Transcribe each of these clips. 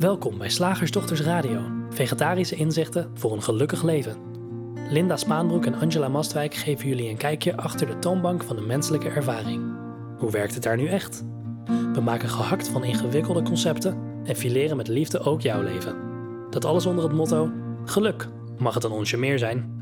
Welkom bij Slagersdochters Radio, vegetarische inzichten voor een gelukkig leven. Linda Spaanbroek en Angela Mastwijk geven jullie een kijkje achter de toonbank van de menselijke ervaring. Hoe werkt het daar nu echt? We maken gehakt van ingewikkelde concepten en fileren met liefde ook jouw leven. Dat alles onder het motto: geluk, mag het een onsje meer zijn?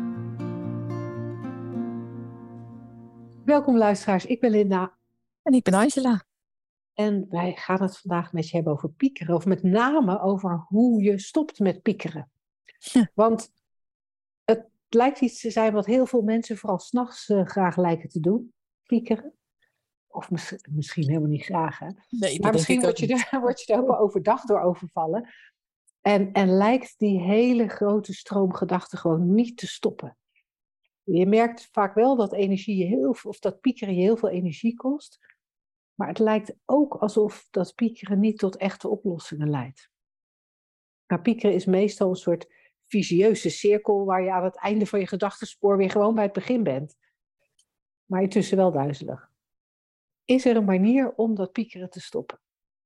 Welkom luisteraars, ik ben Linda. En ik ben Angela. En wij gaan het vandaag met je hebben over piekeren. Of met name over hoe je stopt met piekeren. Ja. Want het lijkt iets te zijn wat heel veel mensen vooral 's nachts graag lijken te doen. Piekeren. Of misschien helemaal niet graag. Hè? Nee, maar misschien word je er ook wel overdag door overvallen. En lijkt die hele grote stroom gedachten gewoon niet te stoppen. Je merkt vaak wel dat dat piekeren je heel veel energie kost. Maar het lijkt ook alsof dat piekeren niet tot echte oplossingen leidt. Nou, piekeren is meestal een soort visieuze cirkel waar je aan het einde van je gedachtenspoor weer gewoon bij het begin bent. Maar intussen wel duizelig. Is er een manier om dat piekeren te stoppen?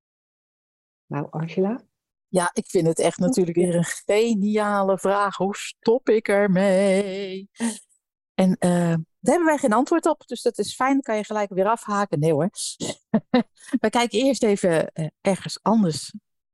Nou, Angela? Ja, ik vind het echt natuurlijk weer een geniale vraag. Hoe stop ik ermee? En daar hebben wij geen antwoord op, dus dat is fijn. Dan kan je gelijk weer afhaken. Nee hoor. We kijken eerst even ergens anders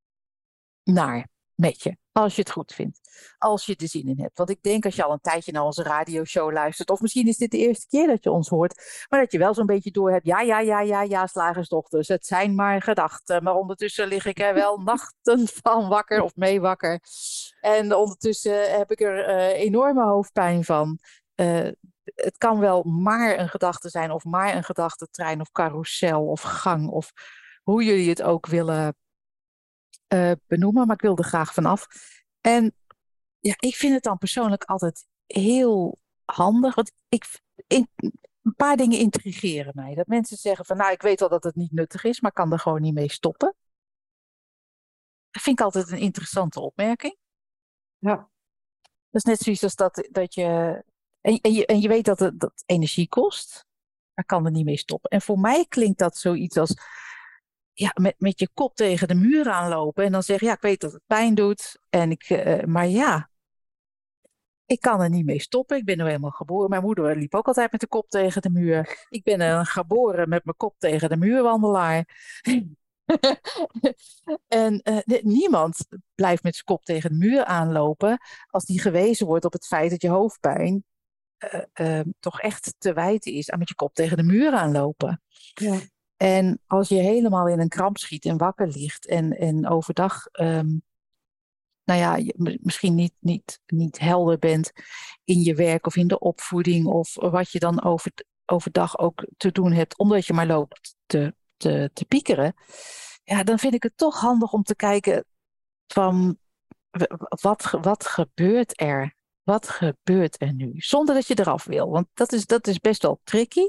naar met je. Als je het goed vindt. Als je er zin in hebt. Want ik denk als je al een tijdje naar onze radioshow luistert. Of misschien is dit de eerste keer dat je ons hoort. Maar dat je wel zo'n beetje door hebt. Ja, slagersdochters. Het zijn maar gedachten. Maar ondertussen lig ik er wel nachten van wakker of mee wakker. En ondertussen heb ik er enorme hoofdpijn van. Het kan wel maar een gedachte zijn. Of maar een gedachtentrein. Of carousel. Of gang. Of hoe jullie het ook willen benoemen, maar ik wil er graag vanaf. En ja, ik vind het dan persoonlijk altijd heel handig. Want een paar dingen intrigeren mij. Dat mensen zeggen van, nou, ik weet wel dat het niet nuttig is, maar ik kan er gewoon niet mee stoppen. Dat vind ik altijd een interessante opmerking. Ja. Dat is net zoiets als dat je... En je weet dat het energie kost, maar kan er niet mee stoppen. En voor mij klinkt dat zoiets als... Ja, met je kop tegen de muur aanlopen en dan zeggen, ja, ik weet dat het pijn doet. Maar ja, ik kan er niet mee stoppen. Ik ben nou helemaal geboren. Mijn moeder liep ook altijd met de kop tegen de muur. Ik ben geboren met mijn kop tegen de muur wandelaar. En niemand blijft met zijn kop tegen de muur aanlopen als die gewezen wordt op het feit dat je hoofdpijn toch echt te wijten is aan met je kop tegen de muur aanlopen. Ja. En als je helemaal in een kramp schiet en wakker ligt en overdag misschien niet helder bent in je werk of in de opvoeding of wat je dan overdag ook te doen hebt, omdat je maar loopt te piekeren, ja, dan vind ik het toch handig om te kijken van wat gebeurt er? Wat gebeurt er nu? Zonder dat je eraf wil, want dat is best wel tricky.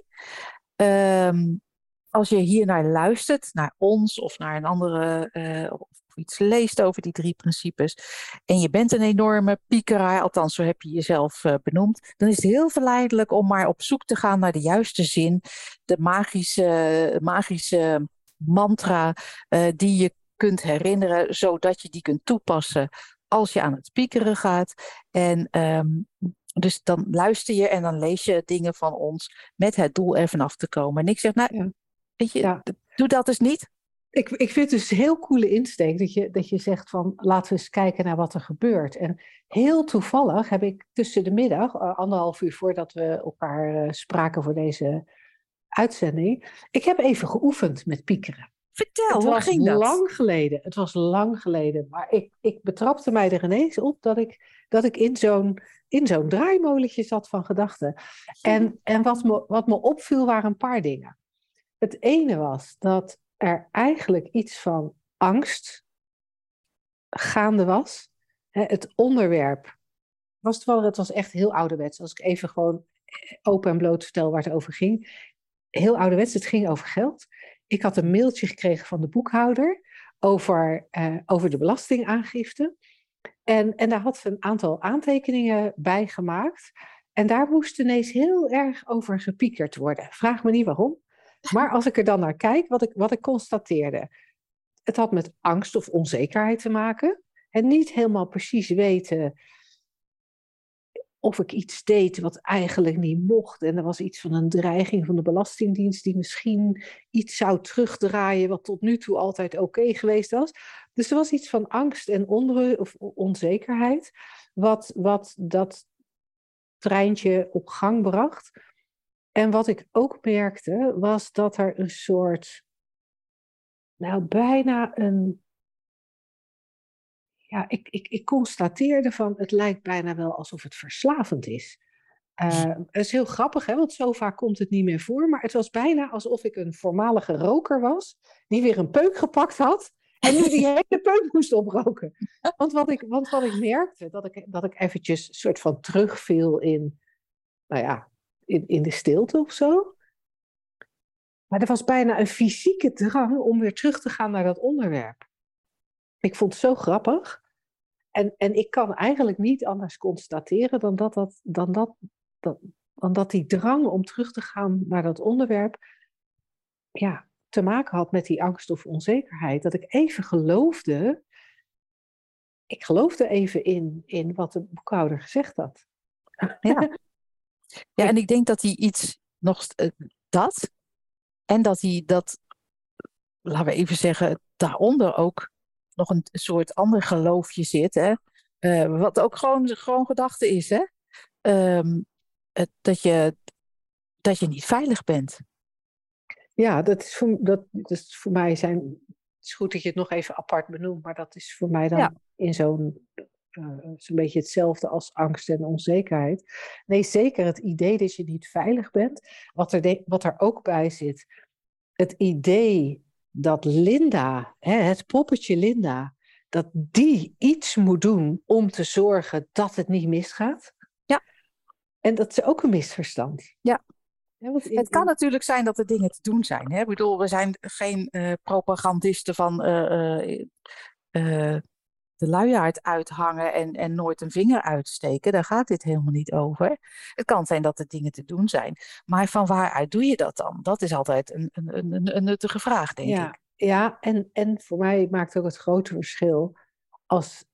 Als je hier naar luistert, naar ons of naar een andere, of iets leest over die 3 principes, en je bent een enorme piekeraar, althans zo heb je jezelf benoemd, dan is het heel verleidelijk om maar op zoek te gaan naar de juiste zin, de magische mantra die je kunt herinneren, zodat je die kunt toepassen als je aan het piekeren gaat. En dus dan luister je en dan lees je dingen van ons met het doel er vanaf te komen. En ik zeg, weet je, doe dat dus niet. Ik vind het dus een heel coole insteek dat je zegt van laten we eens kijken naar wat er gebeurt. En heel toevallig heb ik tussen de middag, 1,5 uur voordat we elkaar spraken voor deze uitzending, ik heb even geoefend met piekeren. Vertel, hoe ging dat? Het was lang geleden, maar ik betrapte mij er ineens op dat ik in zo'n draaimolentje zat van gedachten. En wat me opviel waren een paar dingen. Het ene was dat er eigenlijk iets van angst gaande was. Het onderwerp het was echt heel ouderwets. Als ik even gewoon open en bloot vertel waar het over ging. Heel ouderwets, het ging over geld. Ik had een mailtje gekregen van de boekhouder over de belastingaangifte. En daar had ze een aantal aantekeningen bij gemaakt. En daar moest ineens heel erg over gepiekerd worden. Vraag me niet waarom. Maar als ik er dan naar kijk, wat ik constateerde. het had met angst of onzekerheid te maken. En niet helemaal precies weten of ik iets deed wat eigenlijk niet mocht. En er was iets van een dreiging van de Belastingdienst die misschien iets zou terugdraaien wat tot nu toe altijd oké geweest was. Dus er was iets van angst en of onzekerheid wat dat treintje op gang bracht. En wat ik ook merkte was dat er een soort, nou bijna een, ja, ik constateerde van het lijkt bijna wel alsof het verslavend is. Het is heel grappig, hè, want zo vaak komt het niet meer voor. Maar het was bijna alsof ik een voormalige roker was, die weer een peuk gepakt had en nu die hele peuk moest oproken. Want wat ik merkte, dat ik eventjes een soort van terugviel in, nou ja, in de stilte of zo. Maar er was bijna een fysieke drang om weer terug te gaan naar dat onderwerp. Ik vond het zo grappig. En ik kan eigenlijk niet anders constateren dan dat die drang om terug te gaan naar dat onderwerp, ja, te maken had met die angst of onzekerheid. Dat ik even geloofde, ik geloofde even in wat de boekhouder gezegd had. Ja. Ja, en ik denk dat hij iets nog dat en dat hij dat, laten we even zeggen, daaronder ook nog een soort ander geloofje zit, hè? Wat ook gewoon gedachte is, hè? Ehm, dat je niet veilig bent. Ja, dat is voor mij zijn. Het is goed dat je het nog even apart benoemt, maar dat is voor mij Ja, dan in zo'n beetje hetzelfde als angst en onzekerheid. Nee, zeker het idee dat je niet veilig bent. Wat er ook bij zit, het idee dat Linda, hè, het poppetje Linda, dat die iets moet doen om te zorgen dat het niet misgaat. ja, En dat is ook een misverstand. ja. Ja, want Het kan natuurlijk zijn dat er dingen te doen zijn. Hè? Ik bedoel, we zijn geen propagandisten van de luiaard uithangen en nooit een vinger uitsteken. Daar gaat dit helemaal niet over. Het kan zijn dat er dingen te doen zijn. Maar van waaruit doe je dat dan? Dat is altijd een nuttige vraag, denk ik. Ja, en voor mij maakt ook het grote verschil als,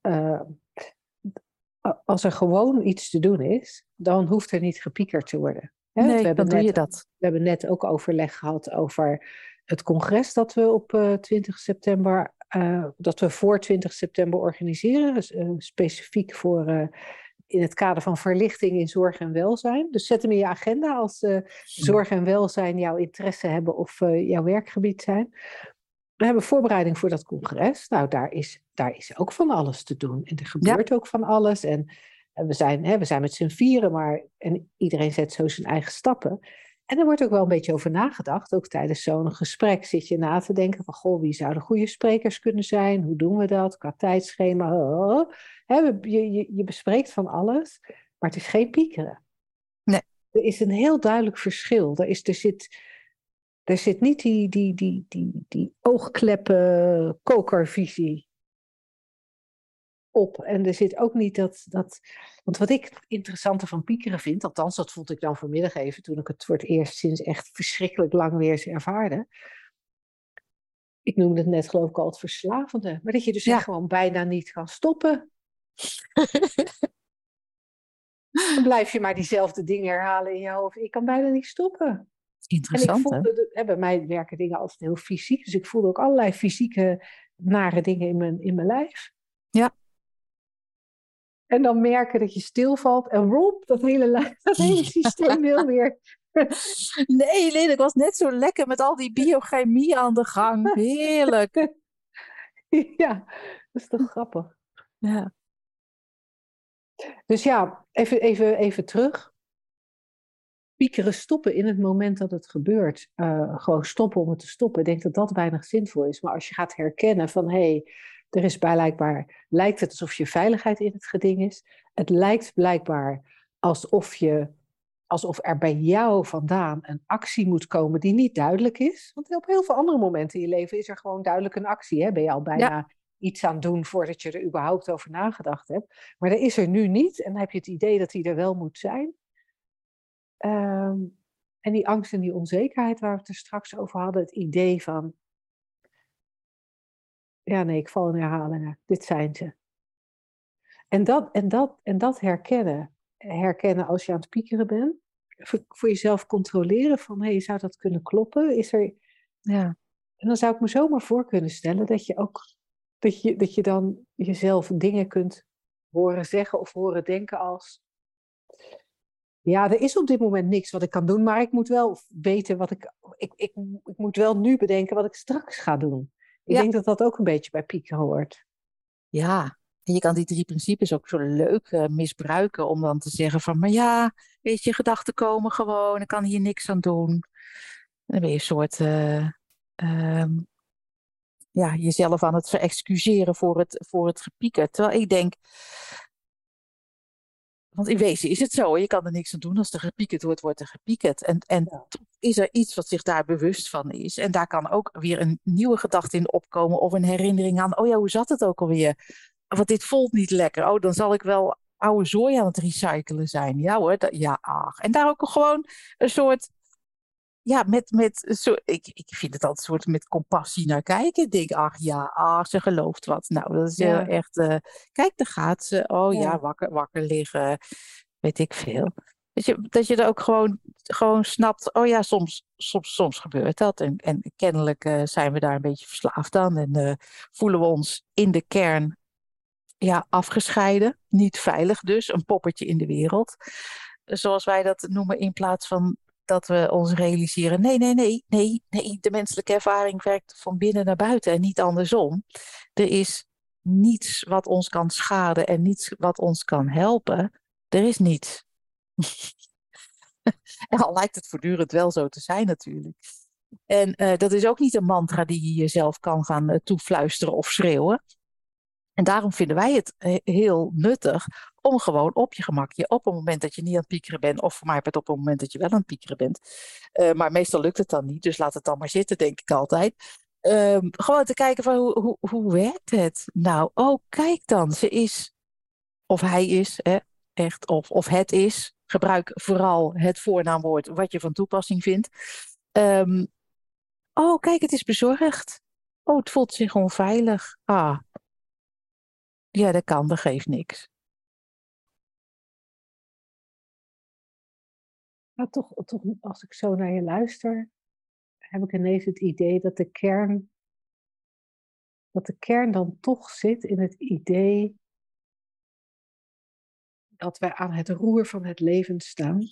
als er gewoon iets te doen is, dan hoeft er niet gepiekerd te worden. Hè? Want Nee, dan doe je dat. we hebben net ook overleg gehad over het congres dat we op 20 september, dat we voor 20 september organiseren, dus, specifiek voor in het kader van verlichting in zorg en welzijn. Dus zet hem in je agenda als zorg en welzijn jouw interesse hebben of jouw werkgebied zijn. We hebben voorbereiding voor dat congres. Nou, daar is ook van alles te doen. En er Ja, gebeurt ook van alles. En we zijn met z'n vieren, en iedereen zet zo zijn eigen stappen. En er wordt ook wel een beetje over nagedacht. Ook tijdens zo'n gesprek zit je na te denken van, goh, wie zouden goede sprekers kunnen zijn? Hoe doen we dat? Qua tijdschema. Je bespreekt van alles, maar het is geen piekeren. nee. Er is een heel duidelijk verschil. Er zit niet die oogkleppen kokervisie op. En er zit ook niet Want wat ik het interessante van piekeren vind, althans dat vond ik dan vanmiddag even, toen ik het voor het eerst sinds echt verschrikkelijk lang weer eens ervaarde. Ik noemde het net geloof ik al het verslavende. Maar dat je dus echt Ja, gewoon bijna niet kan stoppen. Dan blijf je maar diezelfde dingen herhalen in je hoofd. Ik kan bijna niet stoppen. En ik interessant, hè? voelde, bij mij werken dingen altijd heel fysiek. Dus ik voelde ook allerlei fysieke nare dingen in mijn lijf. Ja. En dan merken dat je stilvalt. En roep, dat hele systeem wil weer. Nee, Lin, ik was net zo lekker met al die biochemie aan de gang. Heerlijk. Ja, dat is toch grappig. Ja, Dus ja, even terug. Piekeren stoppen in het moment dat het gebeurt. Gewoon stoppen om het te stoppen. Ik denk dat dat weinig zinvol is. Maar als je gaat herkennen van, hé, er is lijkt het alsof je veiligheid in het geding is. Het lijkt blijkbaar alsof er bij jou vandaan een actie moet komen die niet duidelijk is. Want op heel veel andere momenten in je leven is er gewoon duidelijk een actie. Hè? Ben je al ja, bijna iets aan het doen voordat je er überhaupt over nagedacht hebt. Maar dat is er nu niet. En dan heb je het idee dat die er wel moet zijn. En die angst en die onzekerheid waar we het er straks over hadden, het idee van Ja, nee, ik val in herhalingen. Dit zijn ze. En dat herkennen. Herkennen als je aan het piekeren bent. Voor jezelf controleren van, hé, zou dat kunnen kloppen? Is er... Ja. En dan zou ik me zomaar voor kunnen stellen dat je ook... Dat je dan jezelf dingen kunt horen zeggen of horen denken als... Ja, er is op dit moment niks wat ik kan doen, maar ik moet wel weten wat ik moet wel nu bedenken wat ik straks ga doen. Ik Ja. denk dat dat ook een beetje bij piekeren hoort. Ja, en je kan die 3 principes ook zo leuk misbruiken om dan te zeggen van, maar ja, weet je, gedachten komen gewoon, ik kan hier niks aan doen. En dan ben je een soort, ehm, ja, jezelf aan het verexcuseren voor het gepieker. Terwijl ik denk, want in wezen is het zo, je kan er niks aan doen. Als er gepiekerd wordt, wordt er gepiekerd. En Ja. toch is er iets wat zich daar bewust van is. En daar kan ook weer een nieuwe gedachte in opkomen of een herinnering aan, oh ja, hoe zat het ook alweer? Want dit voelt niet lekker. Oh, dan zal ik wel oude zooi aan het recyclen zijn. Ja hoor, ja, ach. En daar ook gewoon een soort, ja, ik vind het altijd een soort met compassie naar kijken. Ik denk, ach ja, ach, ze gelooft wat. Nou, dat is Ja, echt, kijk, daar gaat ze. Oh ja, ja. wakker liggen, weet ik veel. Dat je er ook gewoon snapt, oh ja, soms gebeurt dat. En kennelijk zijn we daar een beetje verslaafd aan. En voelen we ons in de kern ja, afgescheiden. Niet veilig dus, een poppetje in de wereld. Zoals wij dat noemen, in plaats van dat we ons realiseren. Nee. De menselijke ervaring werkt van binnen naar buiten en niet andersom. Er is niets wat ons kan schaden en niets wat ons kan helpen. Er is niets. En al lijkt het voortdurend wel zo te zijn natuurlijk. En dat is ook niet een mantra die je jezelf kan gaan toefluisteren of schreeuwen. En daarom vinden wij het heel nuttig om gewoon op je gemakje, op het moment dat je niet aan het piekeren bent, of voor mij op het moment dat je wel aan het piekeren bent. Maar meestal lukt het dan niet, dus laat het dan maar zitten, denk ik altijd. Gewoon te kijken van hoe werkt het? Nou, oh, kijk dan, ze is, of hij is, hè, echt, of het is. Gebruik vooral het voornaamwoord wat je van toepassing vindt. Ehm, oh, kijk, het is bezorgd. Oh, het voelt zich onveilig. Ah, ja, dat geeft niks. Maar toch, als ik zo naar je luister, heb ik ineens het idee dat de kern dan toch zit in het idee dat wij aan het roer van het leven staan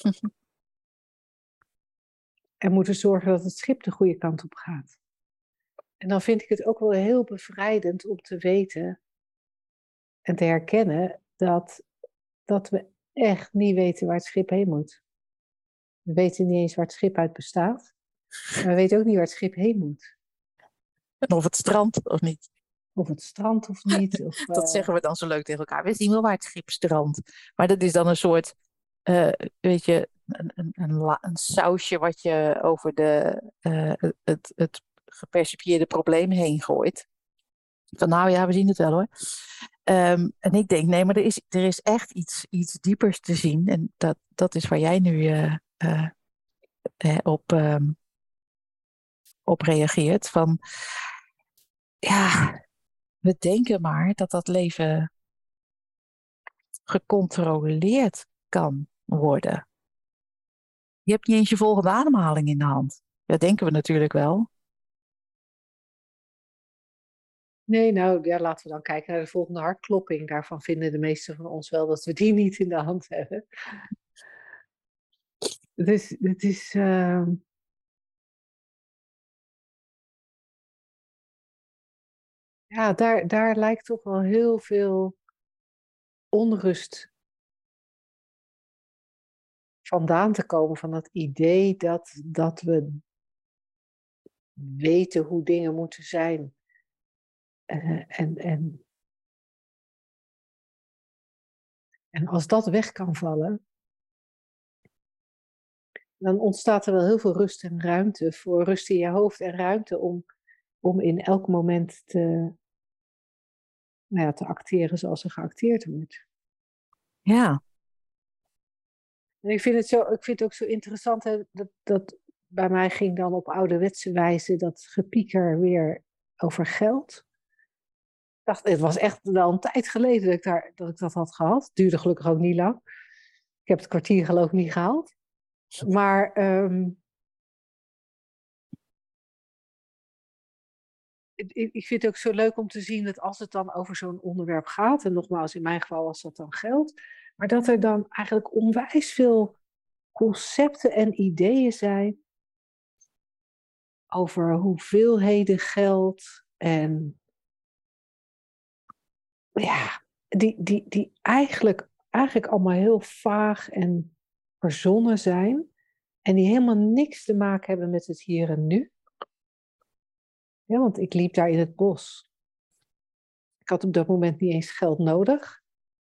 en moeten zorgen dat het schip de goede kant op gaat. En dan vind ik het ook wel heel bevrijdend om te weten en te herkennen dat we echt niet weten waar het schip heen moet. We weten niet eens waar het schip uit bestaat. Maar we weten ook niet waar het schip heen moet. En of het strand of niet. Of het strand of niet. Of, Dat zeggen we dan zo leuk tegen elkaar. We zien wel waar het schip strandt. Maar dat is dan een soort, weet je, een sausje wat je over het gepercipieerde probleem heen gooit. Van nou ja, we zien het wel hoor. En ik denk, nee, maar er is echt iets diepers te zien. En dat is waar jij nu op reageert. Van ja, we denken maar dat dat leven gecontroleerd kan worden. Je hebt niet eens je volgende ademhaling in de hand. Dat denken we natuurlijk wel. nee, nou ja, laten we dan kijken naar de volgende hartklopping. Daarvan vinden de meesten van ons wel dat we die niet in de hand hebben. Het is ja, daar lijkt toch wel heel veel onrust vandaan te komen. Van dat idee dat we weten hoe dingen moeten zijn. En als dat weg kan vallen, dan ontstaat er wel heel veel rust en ruimte voor rust in je hoofd en ruimte om in elk moment te acteren zoals er geacteerd wordt. Ja, En ik vind het ook zo interessant, hè, dat bij mij ging dan op ouderwetse wijze dat gepieker weer over geld. dacht, het was echt wel een tijd geleden dat ik dat had gehad. Het duurde gelukkig ook niet lang. Ik heb het kwartier geloof ik niet gehaald. Maar ik vind het ook zo leuk om te zien dat als het dan over zo'n onderwerp gaat, en nogmaals, in mijn geval was dat dan geld, maar dat er dan eigenlijk onwijs veel concepten en ideeën zijn over hoeveelheden geld en ja, die eigenlijk allemaal heel vaag en verzonnen zijn en die helemaal niks te maken hebben met het hier en nu. Ja, want ik liep daar in het bos. Ik had op dat moment niet eens geld nodig.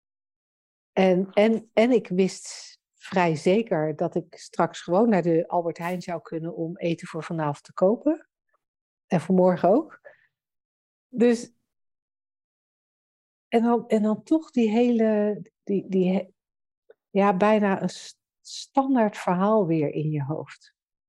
En ik wist vrij zeker dat ik straks gewoon naar de Albert Heijn zou kunnen om eten voor vanavond te kopen. En voor morgen ook. Dus, en dan toch die hele, ja, bijna een standaard verhaal weer in je hoofd.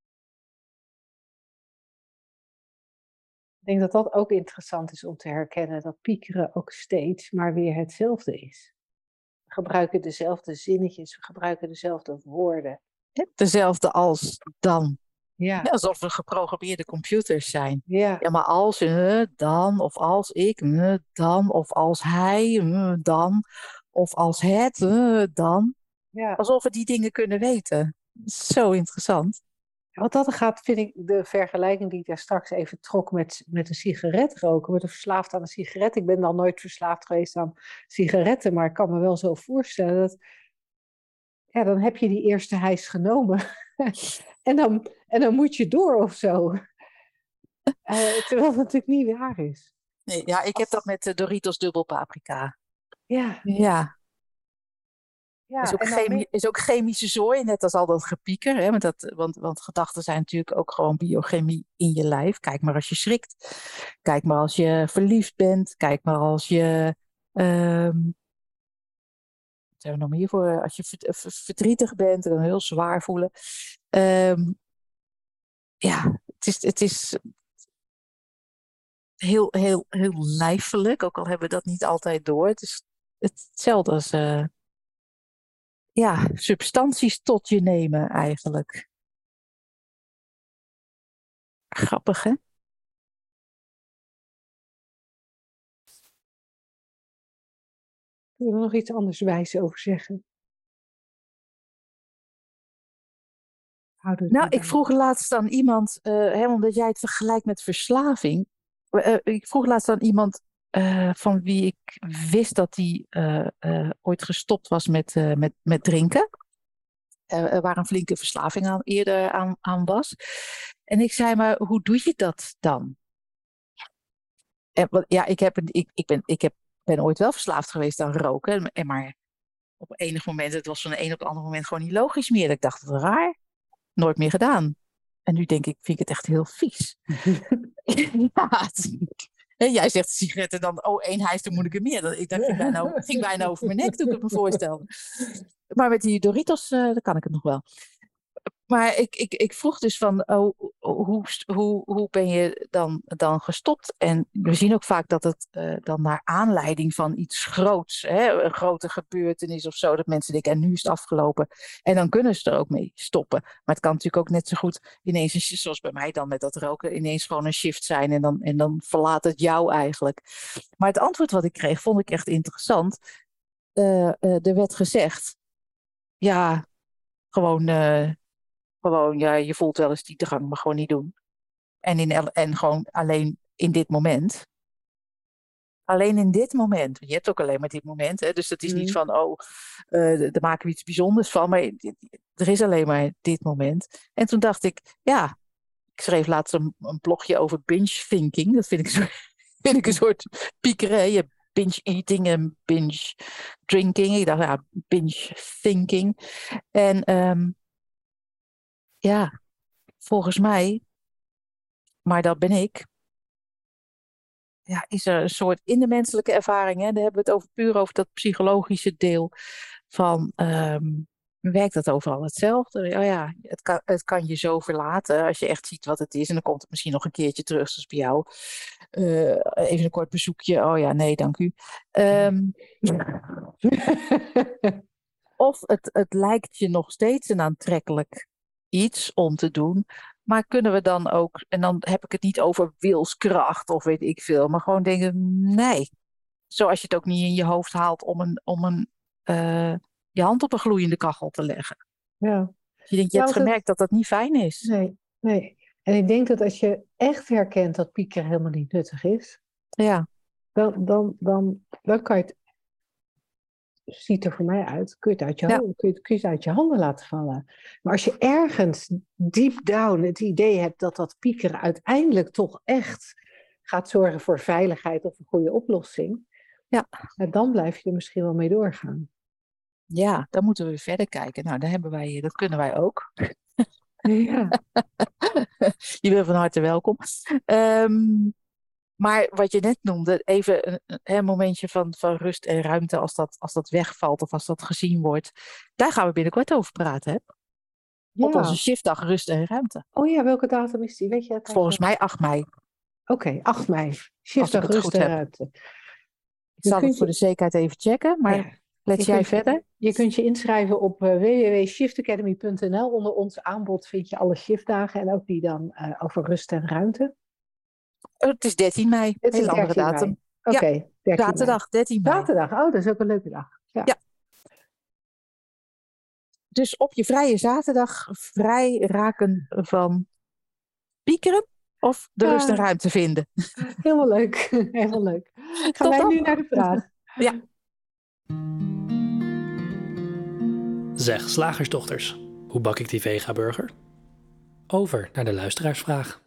Ik denk dat dat ook interessant is om te herkennen, dat piekeren ook steeds maar weer hetzelfde is. We gebruiken dezelfde zinnetjes, we gebruiken dezelfde woorden. Dezelfde als dan. Ja. Ja, alsof we geprogrammeerde computers zijn. Ja. Ja, maar als dan, of als ik dan, of als hij dan, of als het dan. Ja. Alsof we die dingen kunnen weten. Zo interessant. Wat dat gaat, vind ik de vergelijking die ik daar straks even trok met een sigaret roken. Met een verslaafd aan een sigaret. Ik ben dan nooit verslaafd geweest aan sigaretten, maar ik kan me wel zo voorstellen dat, ja, dan heb je die eerste hijs genomen. en dan moet je door of zo. Terwijl het natuurlijk niet waar is. Nee, ja, ik heb dat met de Doritos dubbel paprika. Ja. Ja. Ja, Is ook chemische zooi, net als al dat gepieker. Hè? Want gedachten zijn natuurlijk ook gewoon biochemie in je lijf. Kijk maar als je schrikt. Kijk maar als je verliefd bent. Kijk maar als je... wat zijn we nog meer voor? Als je verdrietig bent, dan heel zwaar voelen. Ja, het is heel, heel, heel lijfelijk. Ook al hebben we dat niet altijd door. Het is hetzelfde als... ja, substanties tot je nemen eigenlijk. Grappig, hè? Kun je er nog iets anders wijs over zeggen? Nou, ik vroeg laatst aan iemand, omdat jij het vergelijkt met verslaving. Ik vroeg laatst aan iemand van wie ik wist dat hij ooit gestopt was met drinken. Waar een flinke verslaving eerder aan was. En ik zei, maar hoe doe je dat dan? Ja, ik ben ooit wel verslaafd geweest aan roken. Maar op enig moment, het was van de een op het andere moment gewoon niet logisch meer. Ik dacht, wat raar. Nooit meer gedaan. En nu vind ik het echt heel vies. Ja, en jij zegt sigaretten dan, één hijs, dan moet ik er meer. Ik dacht, ging bijna over mijn nek toen ik het me voorstelde. Maar met die Doritos, dan kan ik het nog wel. Maar ik vroeg dus van, hoe ben je dan gestopt? En we zien ook vaak dat het dan naar aanleiding van iets groots, hè, een grote gebeurtenis of zo, dat mensen denken, en nu is het afgelopen. En dan kunnen ze er ook mee stoppen. Maar het kan natuurlijk ook net zo goed ineens, zoals bij mij dan met dat roken, ineens gewoon een shift zijn en dan verlaat het jou eigenlijk. Maar het antwoord wat ik kreeg, vond ik echt interessant. Er werd gezegd, ja, gewoon, ja, je voelt wel eens die drang, maar gewoon niet doen. En gewoon alleen in dit moment. Alleen in dit moment. Je hebt ook alleen maar dit moment. Hè? Dus dat is niet van, daar maken we iets bijzonders van. Maar er is alleen maar dit moment. En toen dacht ik, ja, ik schreef laatst een blogje over binge thinking. Dat vind ik een soort piekeren. Je binge eating en binge drinking. Ik dacht, ja, binge thinking. En ja, volgens mij, maar dat ben ik, ja, is er een soort in de menselijke ervaring, hè, daar hebben we het puur over dat psychologische deel van, werkt dat overal hetzelfde? Oh ja, het kan je zo verlaten als je echt ziet wat het is en dan komt het misschien nog een keertje terug, zoals bij jou. Even een kort bezoekje. Oh ja, nee, dank u. Ehm, of het lijkt je nog steeds een aantrekkelijk iets om te doen. Maar kunnen we dan ook, en dan heb ik het niet over wilskracht of weet ik veel, maar gewoon denken, nee. Zoals je het ook niet in je hoofd haalt om je hand op een gloeiende kachel te leggen. Ja. Je denkt, je Ja, hebt want gemerkt dat dat niet fijn is. nee. En ik denk dat als je echt herkent dat piekeren helemaal niet nuttig is, Ja, dan kan je het, ziet er voor mij uit, kun je het uit je ja, handen, kun je het uit je handen laten vallen. Maar als je ergens deep down het idee hebt dat dat piekeren uiteindelijk toch echt gaat zorgen voor veiligheid of een goede oplossing, ja. dan blijf je er misschien wel mee doorgaan. Ja, dan moeten we weer verder kijken. Nou, dat kunnen wij ook. Ja, Je bent van harte welkom. Ehm, maar wat je net noemde, even een momentje van rust en ruimte als dat wegvalt of als dat gezien wordt. Daar gaan we binnenkort over praten, hè? Op onze ja. shiftdag rust en ruimte. Oh ja, welke datum is die? Weet je het Volgens eigenlijk? mij 8 mei, Oké, 8 mei. als ik Shiftdag het rust goed en heb. ruimte. Ik Dan zal kun het voor de je, zekerheid even checken, maar ja, let je jij kunt, verder? je kunt je inschrijven op www.shiftacademy.nl. Onder ons aanbod vind je alle shiftdagen en ook die dan over rust en ruimte. Oh, het is 13 mei, Het is hele andere 13 datum. mei. Ja, Oké, 13 mei. zaterdag 13 mei. Zaterdag, oh, dat is ook een leuke dag. Ja. Ja. Dus op je vrije zaterdag vrij raken van piekeren of de rust en Ja, ruimte vinden. helemaal leuk. Helemaal leuk. Gaan Tot wij dan. nu naar de vraag? Ja. Zeg, slagersdochters, hoe bak ik die vega-burger? Over naar de luisteraarsvraag.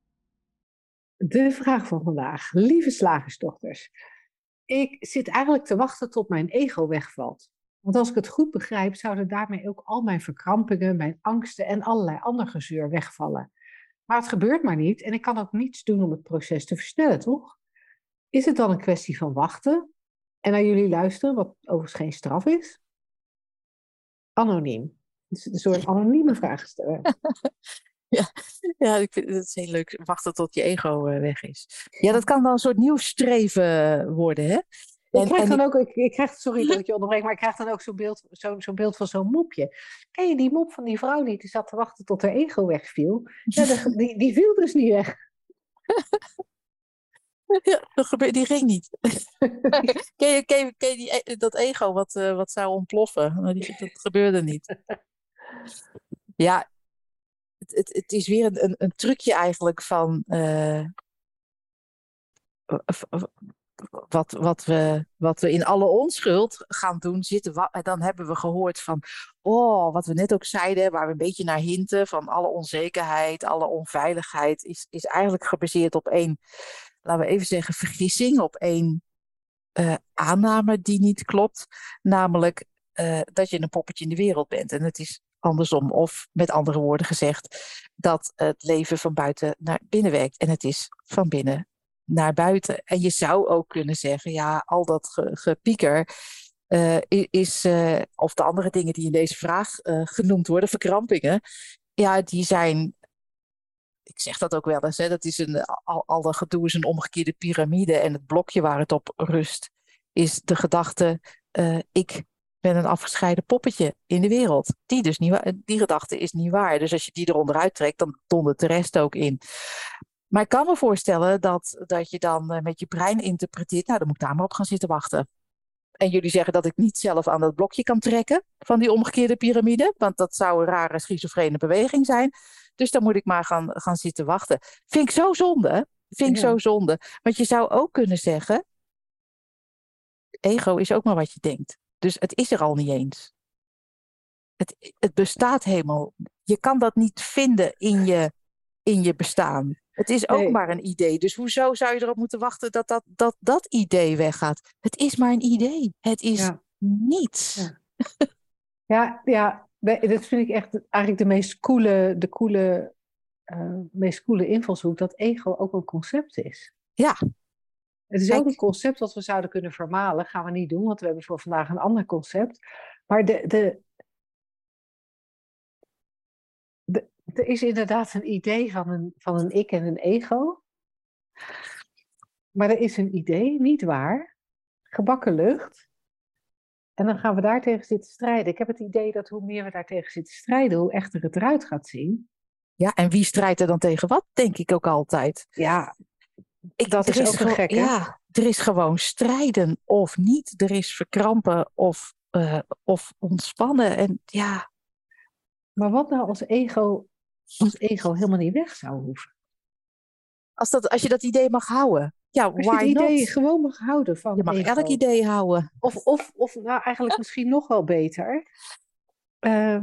De vraag van vandaag. Lieve slagersdochters. Ik zit eigenlijk te wachten tot mijn ego wegvalt. Want als ik het goed begrijp, zouden daarmee ook al mijn verkrampingen, mijn angsten en allerlei ander gezeur wegvallen. Maar het gebeurt maar niet en ik kan ook niets doen om het proces te versnellen, toch? Is het dan een kwestie van wachten en naar jullie luisteren, wat overigens geen straf is? Anoniem. Het is een soort anonieme vraagsteller. Ja, ik vind het heel leuk. Wachten tot je ego weg is. Ja, dat kan dan een soort nieuw streven worden, hè? Ik krijg dan ik, ook, ik krijg, sorry dat ik je onderbreek, maar ik krijg dan ook zo'n beeld van zo'n mopje. Ken je die mop van die vrouw die zat te wachten tot haar ego wegviel? Ja, die viel dus niet weg. ja, die ging niet. Ken je dat ego wat zou ontploffen? Nou, dat gebeurde niet. Ja, het is weer een trucje eigenlijk van wat we in alle onschuld gaan doen zitten. En dan hebben we gehoord van, oh, wat we net ook zeiden, waar we een beetje naar hinten, van alle onzekerheid, alle onveiligheid, is eigenlijk gebaseerd op één, laten we even zeggen, vergissing, op één aanname die niet klopt. Namelijk dat je een poppetje in de wereld bent. En het is andersom. Of met andere woorden gezegd, dat het leven van buiten naar binnen werkt. En het is van binnen naar buiten. En je zou ook kunnen zeggen, ja, al dat gepieker is, of de andere dingen die in deze vraag genoemd worden, verkrampingen, ja, die zijn, ik zeg dat ook wel eens, hè, dat is al dat gedoe is een omgekeerde piramide en het blokje waar het op rust is de gedachte, ik ben een afgescheiden poppetje in de wereld. Die gedachte is niet waar. Dus als je die eronder uittrekt, dan dondert de rest ook in. Maar ik kan me voorstellen dat je dan met je brein interpreteert, nou, dan moet ik daar maar op gaan zitten wachten. En jullie zeggen dat ik niet zelf aan dat blokje kan trekken van die omgekeerde piramide, want dat zou een rare schizofrene beweging zijn. Dus dan moet ik maar gaan zitten wachten. Vind ik zo zonde. Zo zonde. Want je zou ook kunnen zeggen, ego is ook maar wat je denkt. Dus het is er al niet eens. Het bestaat helemaal. Je kan dat niet vinden in je bestaan. Het is ook maar een idee. Dus hoezo zou je erop moeten wachten dat idee weggaat? Het is maar een idee. Het is niets. Ja, dat vind ik echt eigenlijk de meest coole invalshoek. Dat ego ook een concept is. Ja. Het is ook een concept dat we zouden kunnen vermalen. Gaan we niet doen, want we hebben voor vandaag een ander concept. Maar er is inderdaad een idee van een ik en een ego. Maar er is een idee, niet waar, gebakken lucht. En dan gaan we daar tegen zitten strijden. Ik heb het idee dat hoe meer we daar tegen zitten strijden, hoe echter het eruit gaat zien. Ja, en wie strijdt er dan tegen wat, denk ik ook altijd. Ja, dat Er is ook een gewoon, gekke. ja, er is gewoon strijden of niet. Er is verkrampen of ontspannen. En ja, Maar wat nou als ego helemaal niet weg zou hoeven? als je dat idee mag houden. Ja, Als je het why idee not? gewoon mag houden Je van mag elk ego. idee houden. Of nou eigenlijk misschien nog wel beter. Ehm,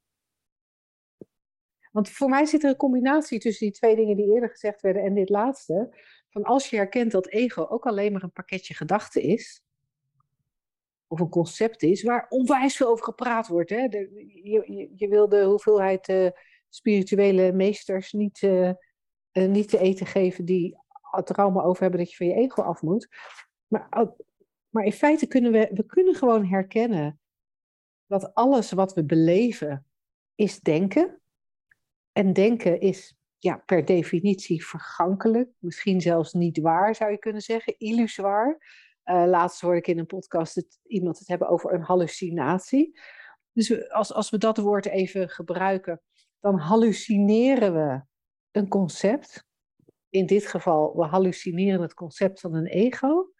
want voor mij zit er een combinatie tussen die twee dingen die eerder gezegd werden en dit laatste. Van als je herkent dat ego ook alleen maar een pakketje gedachten is. Of een concept is waar onwijs veel over gepraat wordt. Hè? Je wil de hoeveelheid spirituele meesters niet te eten geven die het er allemaal over hebben dat je van je ego af moet. Maar in feite kunnen we kunnen gewoon herkennen dat alles wat we beleven is denken. En denken is per definitie vergankelijk. Misschien zelfs niet waar, zou je kunnen zeggen. Illusoir. Laatst hoorde ik in een podcast iemand het hebben over een hallucinatie. Dus als we dat woord even gebruiken, dan hallucineren we een concept. In dit geval, we hallucineren het concept van een ego.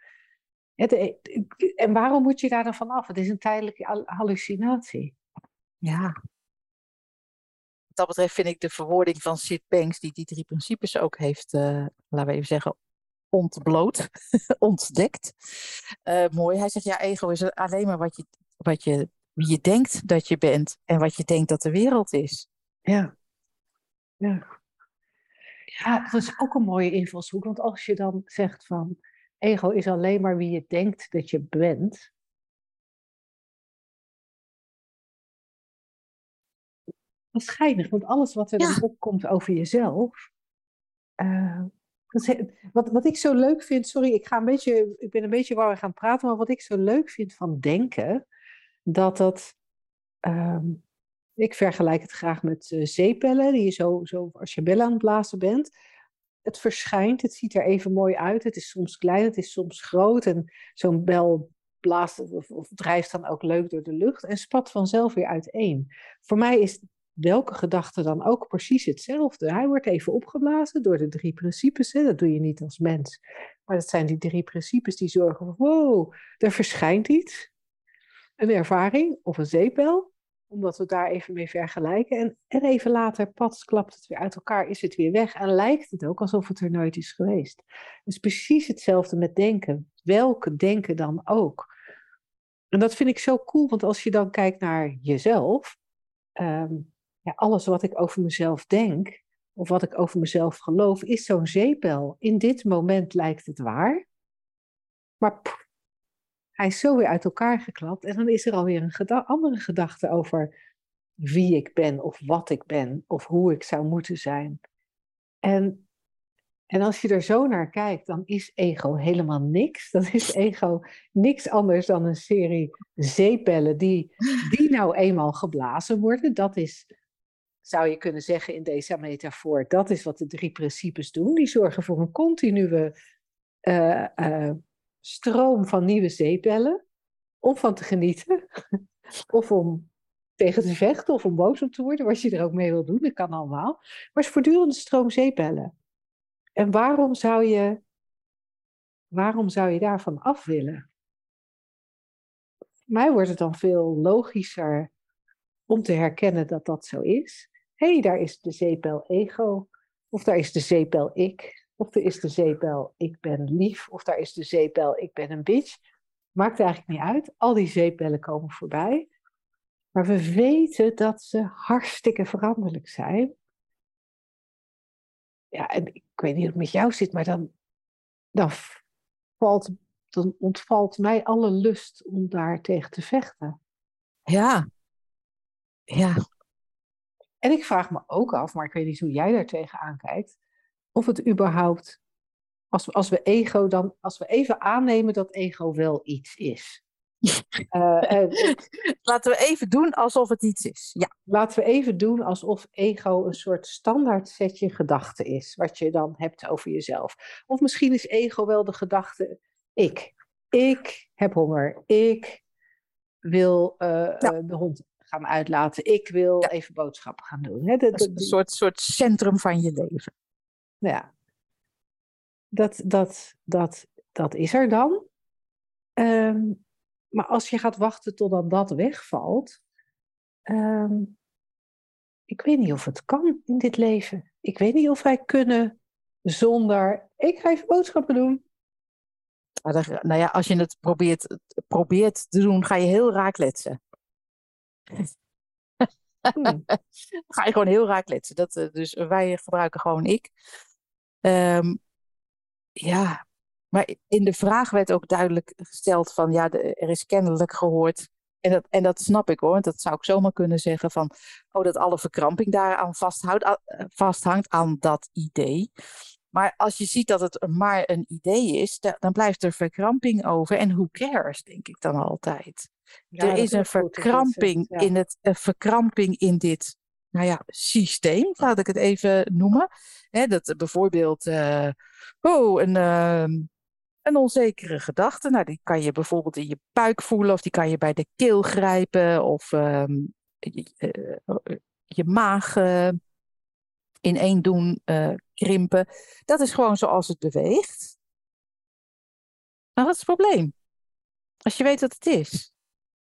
En waarom moet je daar dan van af? Het is een tijdelijke hallucinatie. Ja. Wat dat betreft vind ik de verwoording van Sid Banks, die 3 principes ook heeft, laten we even zeggen, ontbloot, ontdekt. Mooi. Hij zegt, ja, ego is alleen maar wie je denkt dat je bent en wat je denkt dat de wereld is. Ja. Ja, dat is ook een mooie invalshoek. Want als je dan zegt van ego is alleen maar wie je denkt dat je bent. Dat is geinig, want alles wat er dan opkomt over jezelf. Wat ik zo leuk vind, sorry, ik ben een beetje warrig gaan praten, maar wat ik zo leuk vind van denken, dat ik vergelijk het graag met zeepbellen, die je zo als je bellen aan het blazen bent. Het verschijnt, het ziet er even mooi uit. Het is soms klein, het is soms groot. En zo'n bel blaast of drijft dan ook leuk door de lucht en spat vanzelf weer uiteen. Voor mij is welke gedachte dan ook precies hetzelfde. Hij wordt even opgeblazen door de 3 principes. Hè. Dat doe je niet als mens. Maar dat zijn die 3 principes die zorgen voor, wow, er verschijnt iets. Een ervaring of een zeepbel, omdat we daar even mee vergelijken. En even later, pats, klapt het weer uit elkaar, is het weer weg. En lijkt het ook alsof het er nooit is geweest. Dus precies hetzelfde met denken. Welke denken dan ook. En dat vind ik zo cool, want als je dan kijkt naar jezelf, alles wat ik over mezelf denk, of wat ik over mezelf geloof, is zo'n zeepbel. In dit moment lijkt het waar, maar hij is zo weer uit elkaar geklapt en dan is er alweer een andere gedachte over wie ik ben of wat ik ben of hoe ik zou moeten zijn. En als je er zo naar kijkt, dan is ego helemaal niks. Dan is ego niks anders dan een serie zeepbellen die nou eenmaal geblazen worden. Dat is, zou je kunnen zeggen in deze metafoor, dat is wat de 3 principes doen. Die zorgen voor een continue stroom van nieuwe zeepbellen. Om van te genieten. Of om tegen te vechten. Of om boos op te worden. Wat je er ook mee wil doen. Dat kan allemaal. Maar het is voortdurend stroom zeepbellen. En waarom zou je daarvan af willen? Voor mij wordt het dan veel logischer om te herkennen dat dat zo is. Hé, daar is de zeepbel ego. Of daar is de zeepbel ik. Of er is de zeepbel ik ben lief. Of daar is de zeepbel ik ben een bitch. Maakt eigenlijk niet uit. Al die zeepbellen komen voorbij. Maar we weten dat ze hartstikke veranderlijk zijn. Ja, en ik weet niet hoe het met jou zit, maar dan ontvalt mij alle lust om daar tegen te vechten. Ja. En ik vraag me ook af, maar ik weet niet hoe jij daar tegenaan kijkt, of het überhaupt, als we even aannemen dat ego wel iets is. Laten we even doen alsof het iets is. Ja, Laten we even doen alsof ego een soort standaard setje gedachten is, wat je dan hebt over jezelf. Of misschien is ego wel de gedachte, ik. Ik heb honger. Ik wil de hond gaan uitlaten. Ik wil ja. even boodschappen gaan doen. Hè? Een soort centrum van je leven. Ja, dat is er dan. Maar als je gaat wachten totdat dat wegvalt, ik weet niet of het kan in dit leven. Ik weet niet of wij kunnen zonder, ik ga even boodschappen doen. Nou ja, als je het probeert te doen, ga je heel raar kletsen. Ga je gewoon heel raar kletsen. Dus wij gebruiken gewoon ik. Ja, maar in de vraag werd ook duidelijk gesteld van ja, er is kennelijk gehoord. En dat snap ik hoor, want dat zou ik zomaar kunnen zeggen van dat alle verkramping daaraan vasthangt aan dat idee. Maar als je ziet dat het maar een idee is, dan blijft er verkramping over. En who cares, denk ik dan altijd. Ja, er is een verkramping in dit systeem, laat ik het even noemen. Dat bijvoorbeeld een onzekere gedachte. Nou, die kan je bijvoorbeeld in je buik voelen, of die kan je bij de keel grijpen, of je maag ineen doen krimpen. Dat is gewoon zoals het beweegt. Nou, wat is het probleem? Als je weet wat het is.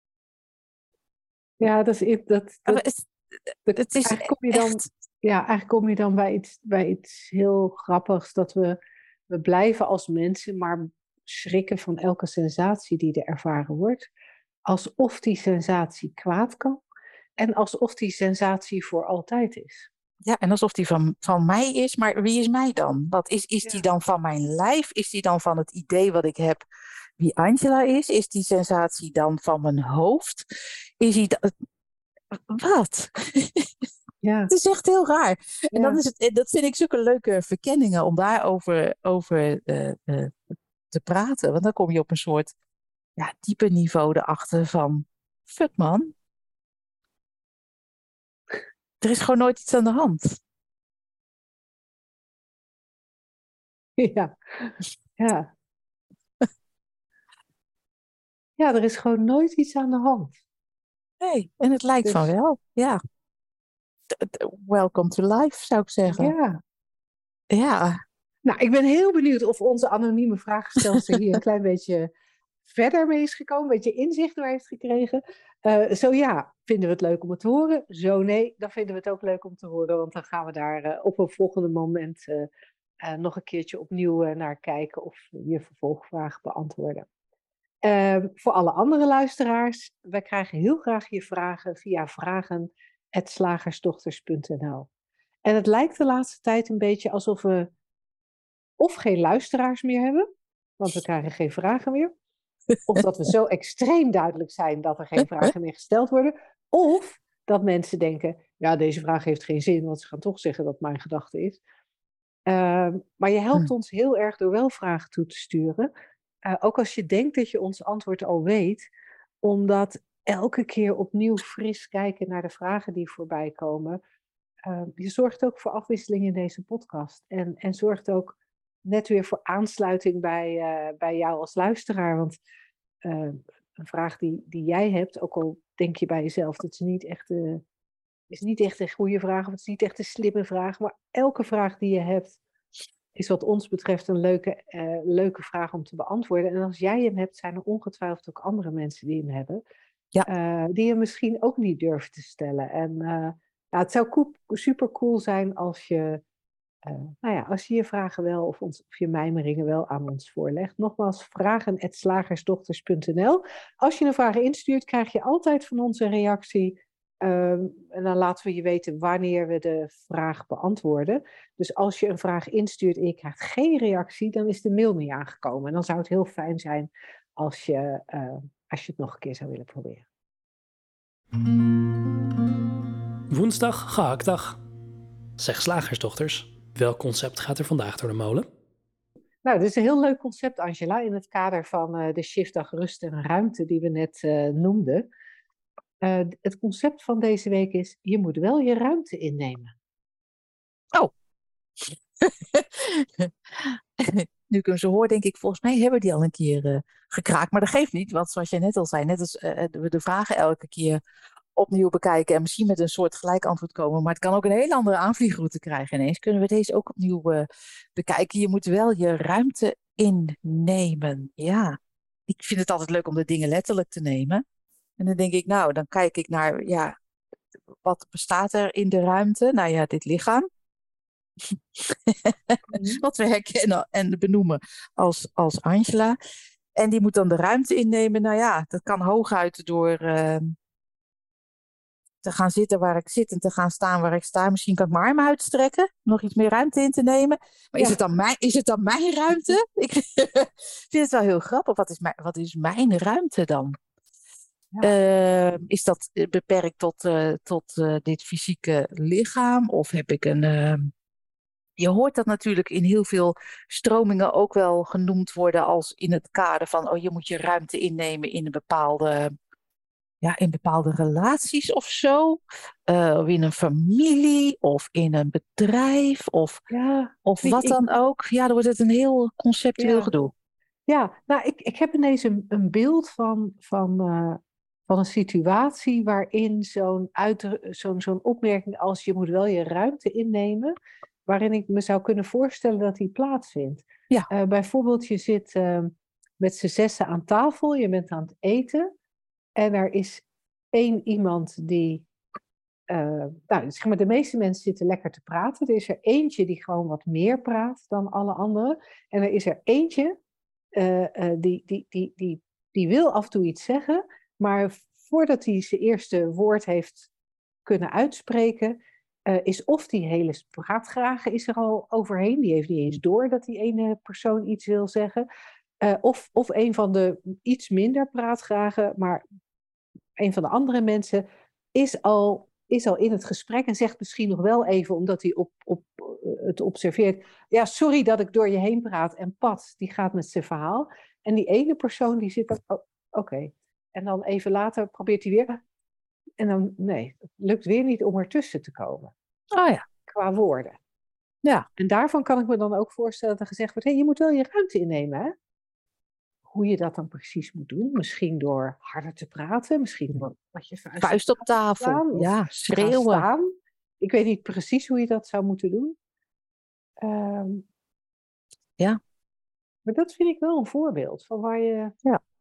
Ja, het is eigenlijk kom je dan. Eigenlijk kom je dan bij iets heel grappigs. Dat we blijven als mensen maar schrikken van elke sensatie die er ervaren wordt. Alsof die sensatie kwaad kan. En alsof die sensatie voor altijd is. Ja, en alsof die van mij is. Maar wie is mij dan? Wat is die dan van mijn lijf? Is die dan van het idee wat ik heb wie Angela is? Is die sensatie dan van mijn hoofd? Is die wat? Ja. Het is echt heel raar. En dan is dat vind ik zulke leuke verkenningen om daarover te praten. Want dan kom je op een soort dieper niveau erachter van fuck man. Er is gewoon nooit iets aan de hand. Ja. Ja, er is gewoon nooit iets aan de hand. Nee, en het lijkt van wel. Ja. Welcome to life, zou ik zeggen. Ja. Nou, ik ben heel benieuwd of onze anonieme vraagstelster hier een klein beetje verder mee is gekomen, een beetje inzicht door heeft gekregen. Zo ja, vinden we het leuk om het te horen. Zo nee, dan vinden we het ook leuk om te horen, want dan gaan we daar op een volgende moment nog een keertje opnieuw naar kijken of je vervolgvragen beantwoorden. Voor alle andere luisteraars, wij krijgen heel graag je vragen via vragen@slagersdochters.nl. En het lijkt de laatste tijd een beetje alsof we of geen luisteraars meer hebben, want we krijgen geen vragen meer. Of dat we zo extreem duidelijk zijn dat er geen vragen meer gesteld worden. Of dat mensen denken, ja, deze vraag heeft geen zin, want ze gaan toch zeggen dat het mijn gedachte is. Maar je helpt ons heel erg door wel vragen toe te sturen. Ook als je denkt dat je ons antwoord al weet. Omdat elke keer opnieuw fris kijken naar de vragen die voorbij komen. Je zorgt ook voor afwisseling in deze podcast. En zorgt ook net weer voor aansluiting bij jou als luisteraar. Want een vraag die jij hebt, ook al denk je bij jezelf, dat is niet echt een goede vraag, of het is niet echt een slimme vraag, maar elke vraag die je hebt, is wat ons betreft een leuke vraag om te beantwoorden. En als jij hem hebt, zijn er ongetwijfeld ook andere mensen die hem hebben, die je misschien ook niet durven te stellen. En het zou super cool zijn als je je vragen wel of je mijmeringen wel aan ons voorlegt. Nogmaals, vragen@slagersdochters.nl. Als je een vraag instuurt, krijg je altijd van ons een reactie. En dan laten we je weten wanneer we de vraag beantwoorden. Dus als je een vraag instuurt en je krijgt geen reactie, dan is de mail niet aangekomen. En dan zou het heel fijn zijn als je het nog een keer zou willen proberen. Woensdag, gehaktdag. Zeg slagersdochters, welk concept gaat er vandaag door de molen? Nou, dit is een heel leuk concept, Angela, in het kader van de shiftdag rust en ruimte die we net noemden. Het concept van deze week is, je moet wel je ruimte innemen. Oh. Nu ik hem zo hoor, denk ik, volgens mij hebben we die al een keer gekraakt. Maar dat geeft niet, want zoals jij net al zei, net als we de vragen elke keer opnieuw bekijken en misschien met een soort gelijk antwoord komen. Maar het kan ook een hele andere aanvliegroute krijgen ineens. Kunnen we deze ook opnieuw bekijken? Je moet wel je ruimte innemen. Ja, ik vind het altijd leuk om de dingen letterlijk te nemen. En dan denk ik, nou, dan kijk ik naar, ja, wat bestaat er in de ruimte? Nou ja, dit lichaam. Wat we herkennen en benoemen als Angela. En die moet dan de ruimte innemen. Nou ja, dat kan hooguit door te gaan zitten waar ik zit en te gaan staan waar ik sta. Misschien kan ik mijn armen uitstrekken, om nog iets meer ruimte in te nemen. Maar is het dan mijn ruimte? Ik vind het wel heel grappig. Wat is mijn ruimte dan? Ja. Is dat beperkt tot dit fysieke lichaam? Of heb ik een... Je hoort dat natuurlijk in heel veel stromingen ook wel genoemd worden als in het kader van, je moet je ruimte innemen in in bepaalde relaties of zo. Of in een familie of in een bedrijf of wat dan ook. Ja, dan wordt het een heel conceptueel gedoe. Ja, nou, ik heb ineens een beeld van een situatie waarin zo'n opmerking als je moet wel je ruimte innemen, waarin ik me zou kunnen voorstellen dat die plaatsvindt. Ja. Bijvoorbeeld, je zit met z'n zessen aan tafel, je bent aan het eten en er is één iemand die... zeg maar, de meeste mensen zitten lekker te praten. Er is er eentje die gewoon wat meer praat dan alle anderen. En er is er eentje die wil af en toe iets zeggen, maar voordat hij zijn eerste woord heeft kunnen uitspreken, is of die hele praatgrage is er al overheen, die heeft niet eens door dat die ene persoon iets wil zeggen, of een van de iets minder praatgragen, maar een van de andere mensen is al in het gesprek en zegt misschien nog wel even, omdat hij het observeert, ja, sorry dat ik door je heen praat, en Pat, die gaat met zijn verhaal. En die ene persoon die zit dan, oké. En dan even later probeert hij weer, en dan, nee, het lukt weer niet om ertussen te komen. Oh ja. Qua woorden. Ja. En daarvan kan ik me dan ook voorstellen dat er gezegd wordt, je moet wel je ruimte innemen, hè? Hoe je dat dan precies moet doen. Misschien door harder te praten. Misschien door wat je vuist op tafel. Slaan, ja, schreeuwen. Staan. Ik weet niet precies hoe je dat zou moeten doen. Ja. Maar dat vind ik wel een voorbeeld van waar je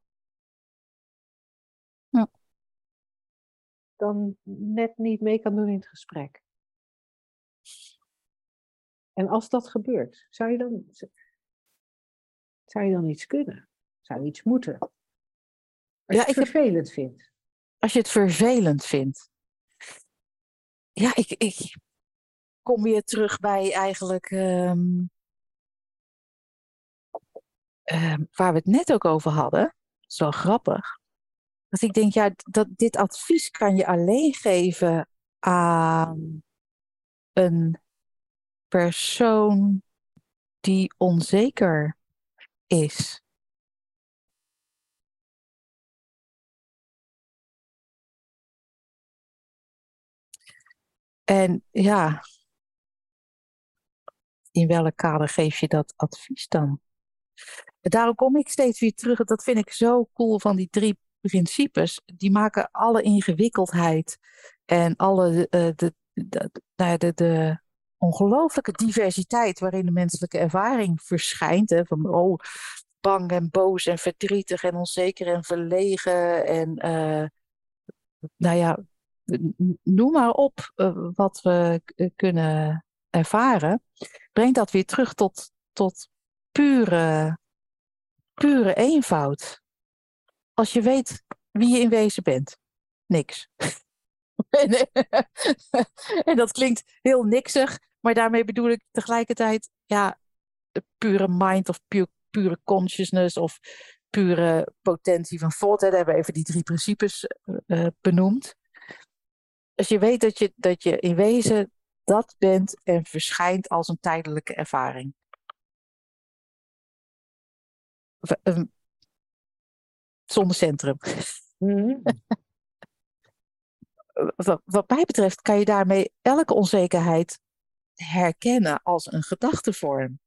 dan net niet mee kan doen in het gesprek. En als dat gebeurt, zou je dan iets kunnen? Zou je iets moeten? Als je het vervelend vindt. Als je het vervelend vindt. Ja, ik kom weer terug bij eigenlijk waar we het net ook over hadden. Dat is wel grappig. Dat ik denk, dat dit advies kan je alleen geven aan een persoon die onzeker is. En ja, in welk kader geef je dat advies dan? Daarom kom ik steeds weer terug. Dat vind ik zo cool van die 3 principes. Die maken alle ingewikkeldheid en alle de ongelooflijke diversiteit waarin de menselijke ervaring verschijnt. Hè, van bang en boos en verdrietig en onzeker en verlegen. En noem maar op wat we kunnen ervaren. Brengt dat weer terug tot pure eenvoud. Als je weet wie je in wezen bent. Niks. En dat klinkt heel niksig, maar daarmee bedoel ik tegelijkertijd pure mind of pure consciousness of pure potentie van thought. Daar hebben we even die 3 principes benoemd. Als je weet dat je in wezen dat bent en verschijnt als een tijdelijke ervaring. zonnecentrum. Mhm. Wat mij betreft kan je daarmee elke onzekerheid herkennen als een gedachtevorm.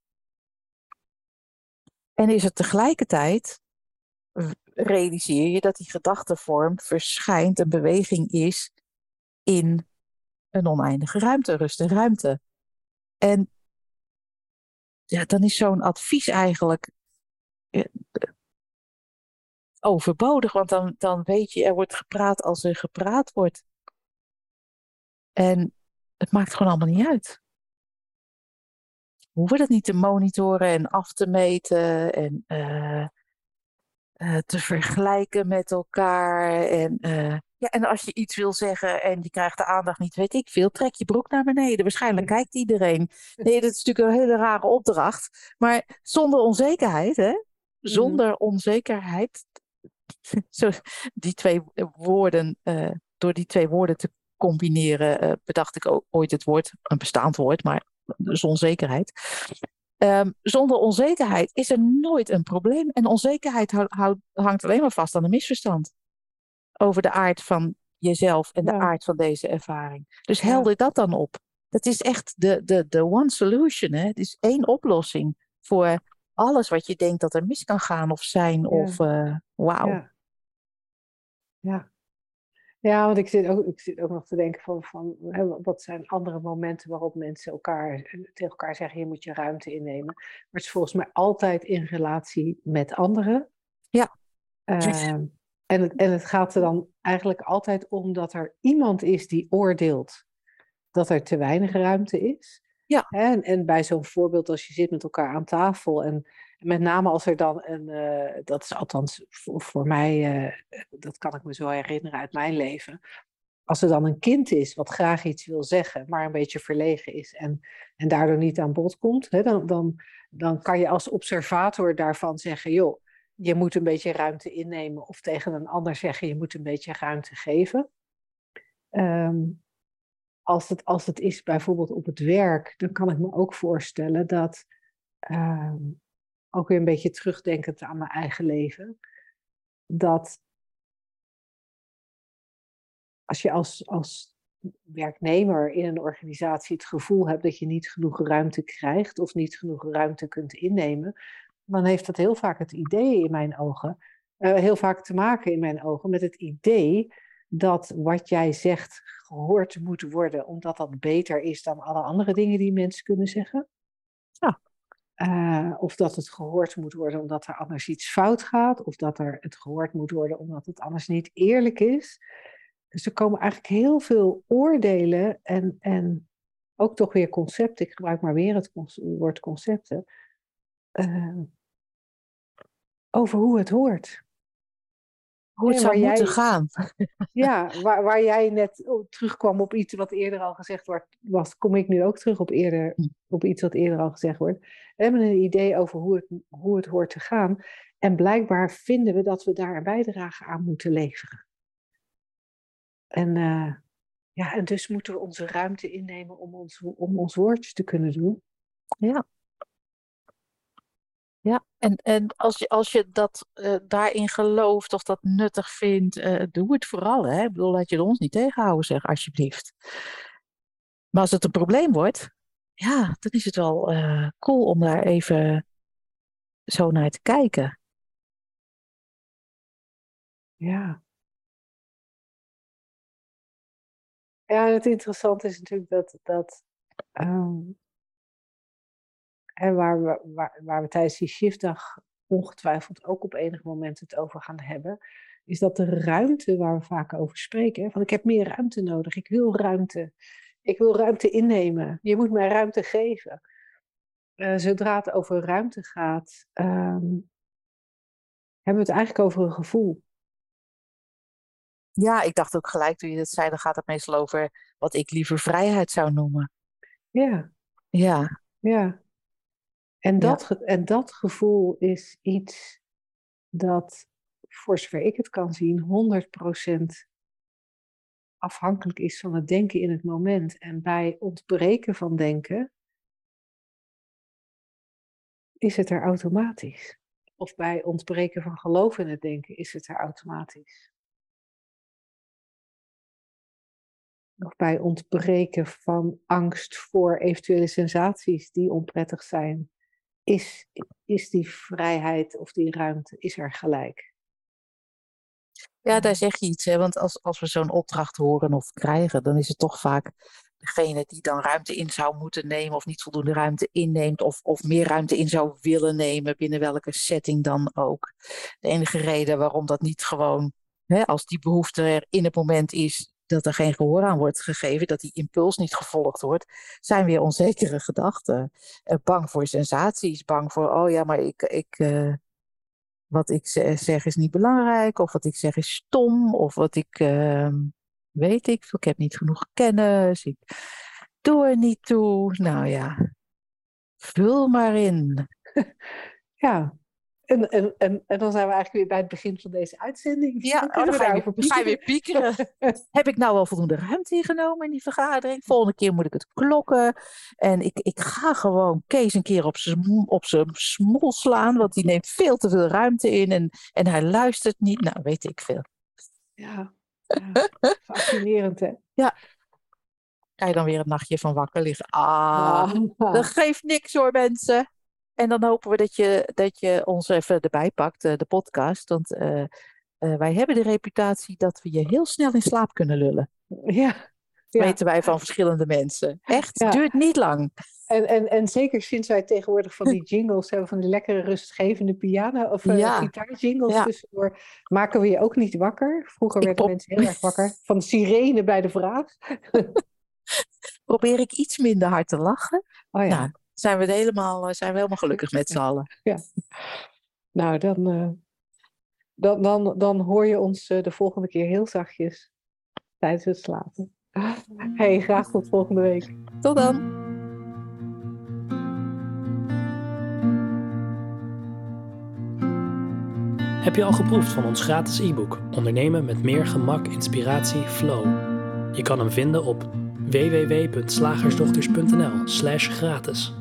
En is het tegelijkertijd, realiseer je dat die gedachtevorm verschijnt, een beweging is in een oneindige ruimte, rust en ruimte. En ja, dan is zo'n advies eigenlijk overbodig, want dan weet je, er wordt gepraat als er gepraat wordt. En het maakt gewoon allemaal niet uit. We hoeven het niet te monitoren en af te meten en te vergelijken met elkaar. En als je iets wil zeggen en je krijgt de aandacht niet, weet ik veel, trek je broek naar beneden. Waarschijnlijk kijkt iedereen. Nee, dat is natuurlijk een hele rare opdracht. Maar zonder onzekerheid, hè? Zonder onzekerheid. Zo, die twee woorden, door die twee woorden te combineren, bedacht ik ook ooit het woord, een bestaand woord, maar dus onzekerheid. Zonder onzekerheid is er nooit een probleem. En onzekerheid hangt alleen maar vast aan een misverstand over de aard van jezelf en de aard van deze ervaring. Dus helder dat dan op. Dat is echt de one solution. Hè? Het is één oplossing voor alles wat je denkt dat er mis kan gaan of zijn. Of wauw. Ja, want ik zit ook nog te denken van wat zijn andere momenten waarop mensen tegen elkaar zeggen, je moet je ruimte innemen. Maar het is volgens mij altijd in relatie met anderen. Ja. En het gaat er dan eigenlijk altijd om dat er iemand is die oordeelt dat er te weinig ruimte is. Ja. En bij zo'n voorbeeld als je zit met elkaar aan tafel en met name als er dan dat is althans voor mij, dat kan ik me zo herinneren uit mijn leven. Als er dan een kind is wat graag iets wil zeggen, maar een beetje verlegen is en daardoor niet aan bod komt, dan kan je als observator daarvan zeggen, joh, je moet een beetje ruimte innemen of tegen een ander zeggen, je moet een beetje ruimte geven. Als het is bijvoorbeeld op het werk, dan kan ik me ook voorstellen dat, ook weer een beetje terugdenkend aan mijn eigen leven, dat als je als werknemer in een organisatie het gevoel hebt dat je niet genoeg ruimte krijgt of niet genoeg ruimte kunt innemen, dan heeft dat heel vaak heel vaak te maken in mijn ogen met het idee dat wat jij zegt gehoord moet worden, omdat dat beter is dan alle andere dingen die mensen kunnen zeggen. Ja. Of dat het gehoord moet worden omdat er anders iets fout gaat, of dat het gehoord moet worden omdat het anders niet eerlijk is. Dus er komen eigenlijk heel veel oordelen en ook toch weer concepten. Ik gebruik maar weer het woord concepten. Over hoe het hoort. Hoe het zou moeten gaan. Ja, waar jij net terugkwam op iets wat eerder al gezegd was, kom ik nu ook terug op iets wat eerder al gezegd wordt. We hebben een idee over hoe het hoort te gaan. En blijkbaar vinden we dat we daar een bijdrage aan moeten leveren. En dus moeten we onze ruimte innemen om ons woordje te kunnen doen. Ja. Ja, en als je dat daarin gelooft of dat nuttig vindt, doe het vooral. Hè? Ik bedoel, laat je ons niet tegenhouden, zeg, alsjeblieft. Maar als het een probleem wordt, ja, dan is het wel cool om daar even zo naar te kijken. Ja. Ja, en het interessante is natuurlijk dat waar we tijdens die shiftdag ongetwijfeld ook op enig moment het over gaan hebben, is dat de ruimte waar we vaak over spreken, hè, van ik heb meer ruimte nodig, ik wil ruimte innemen, je moet mij ruimte geven. Zodra het over ruimte gaat, hebben we het eigenlijk over een gevoel. Ja, ik dacht ook gelijk toen je dat zei, dan gaat het meestal over wat ik liever vrijheid zou noemen. Ja. Ja. Ja. En dat gevoel is iets dat, voor zover ik het kan zien, 100% afhankelijk is van het denken in het moment. En bij ontbreken van denken is het er automatisch. Of bij ontbreken van geloof in het denken is het er automatisch. Of bij ontbreken van angst voor eventuele sensaties die onprettig zijn, is die vrijheid of die ruimte, is er gelijk. Ja, daar zeg je iets, hè? Want als we zo'n opdracht horen of krijgen, dan is het toch vaak degene die dan ruimte in zou moeten nemen of niet voldoende ruimte inneemt of meer ruimte in zou willen nemen, binnen welke setting dan ook. De enige reden waarom dat niet gewoon, hè, als die behoefte er in het moment is, dat er geen gehoor aan wordt gegeven, dat die impuls niet gevolgd wordt, zijn weer onzekere gedachten. Bang voor sensaties, bang voor, oh ja, maar wat ik zeg is niet belangrijk, of wat ik zeg is stom, of wat ik, weet ik heb niet genoeg kennis, ik doe er niet toe. Nou ja, vul maar in. Ja, en dan zijn we eigenlijk weer bij het begin van deze uitzending. Ja, dan ga je weer piekeren. Heb ik nou wel voldoende ruimte ingenomen in die vergadering? Volgende keer moet ik het klokken. En ik ga gewoon Kees een keer op zijn smol slaan, want die neemt veel te veel ruimte in en hij luistert niet. Nou, weet ik veel. Ja, fascinerend, hè? Ja. Ga je dan weer een nachtje van wakker liggen. Dat geeft niks hoor, mensen. En dan hopen we dat je ons even erbij pakt, de podcast. Want wij hebben de reputatie dat we je heel snel in slaap kunnen lullen. Ja. Weten wij van verschillende mensen. Echt, het duurt niet lang. En zeker sinds wij tegenwoordig van die jingles hebben, van die lekkere rustgevende piano of gitaarjingles tussendoor, maken we je ook niet wakker. Vroeger werden mensen heel erg wakker van de sirene bij de vraag. Probeer ik iets minder hard te lachen. Oh ja. Nou, zijn we helemaal gelukkig met z'n allen. Ja. Nou, dan hoor je ons de volgende keer heel zachtjes tijdens het slapen. Hey, graag tot volgende week. Tot dan. Heb je al geproefd van ons gratis e-book Ondernemen met meer gemak, inspiratie, flow? Je kan hem vinden op www.slagersdochters.nl/gratis.